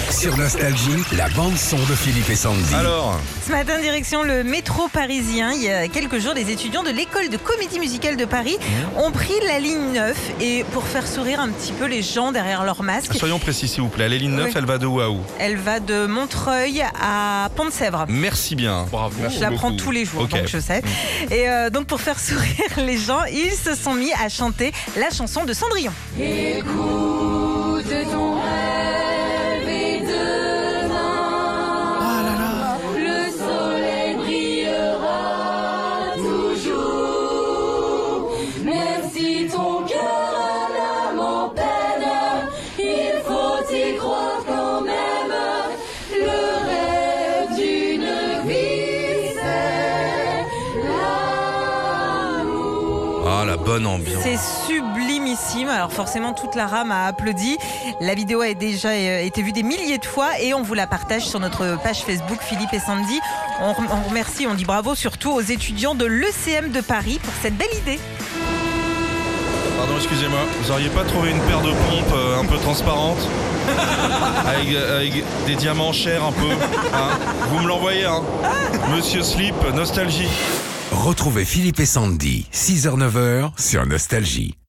Sur Nostalgie, la bande-son de Philippe et Sandy. Alors, Ce matin, direction le métro parisien. Il y a quelques jours, des étudiants de l'école de comédie musicale de Paris ont pris la ligne 9 et pour faire sourire un petit peu les gens derrière leur masque. soyons précis s'il vous plaît. La ligne 9, Oui. elle va de où à où? Elle va de Montreuil à Pont-de-Sèvres. Merci bien. Bravo. Je la prends tous les jours, Ok. donc je sais. Et donc pour faire sourire les gens, ils se sont mis à chanter la chanson de Cendrillon. Écoute ton rêve et demain, le soleil brillera toujours. Même si ton cœur a l'âme en peine, il faut y croire quand même. Le rêve d'une vie, c'est l'amour. Ah, la bonne ambiance. C'est sublimissime. Alors forcément, toute la rame a applaudi. La vidéo a déjà été vue des milliers de fois et on vous la partage sur notre page Facebook Philippe et Sandy. On remercie, on dit bravo surtout aux étudiants de l'ECM de Paris pour cette belle idée. Pardon, excusez-moi. Vous auriez pas trouvé une paire de pompes un peu transparente avec des diamants chers un peu hein? Vous me l'envoyez, hein? Monsieur Slip, Nostalgie. Retrouvez Philippe et Sandy, 6h-9h sur Nostalgie.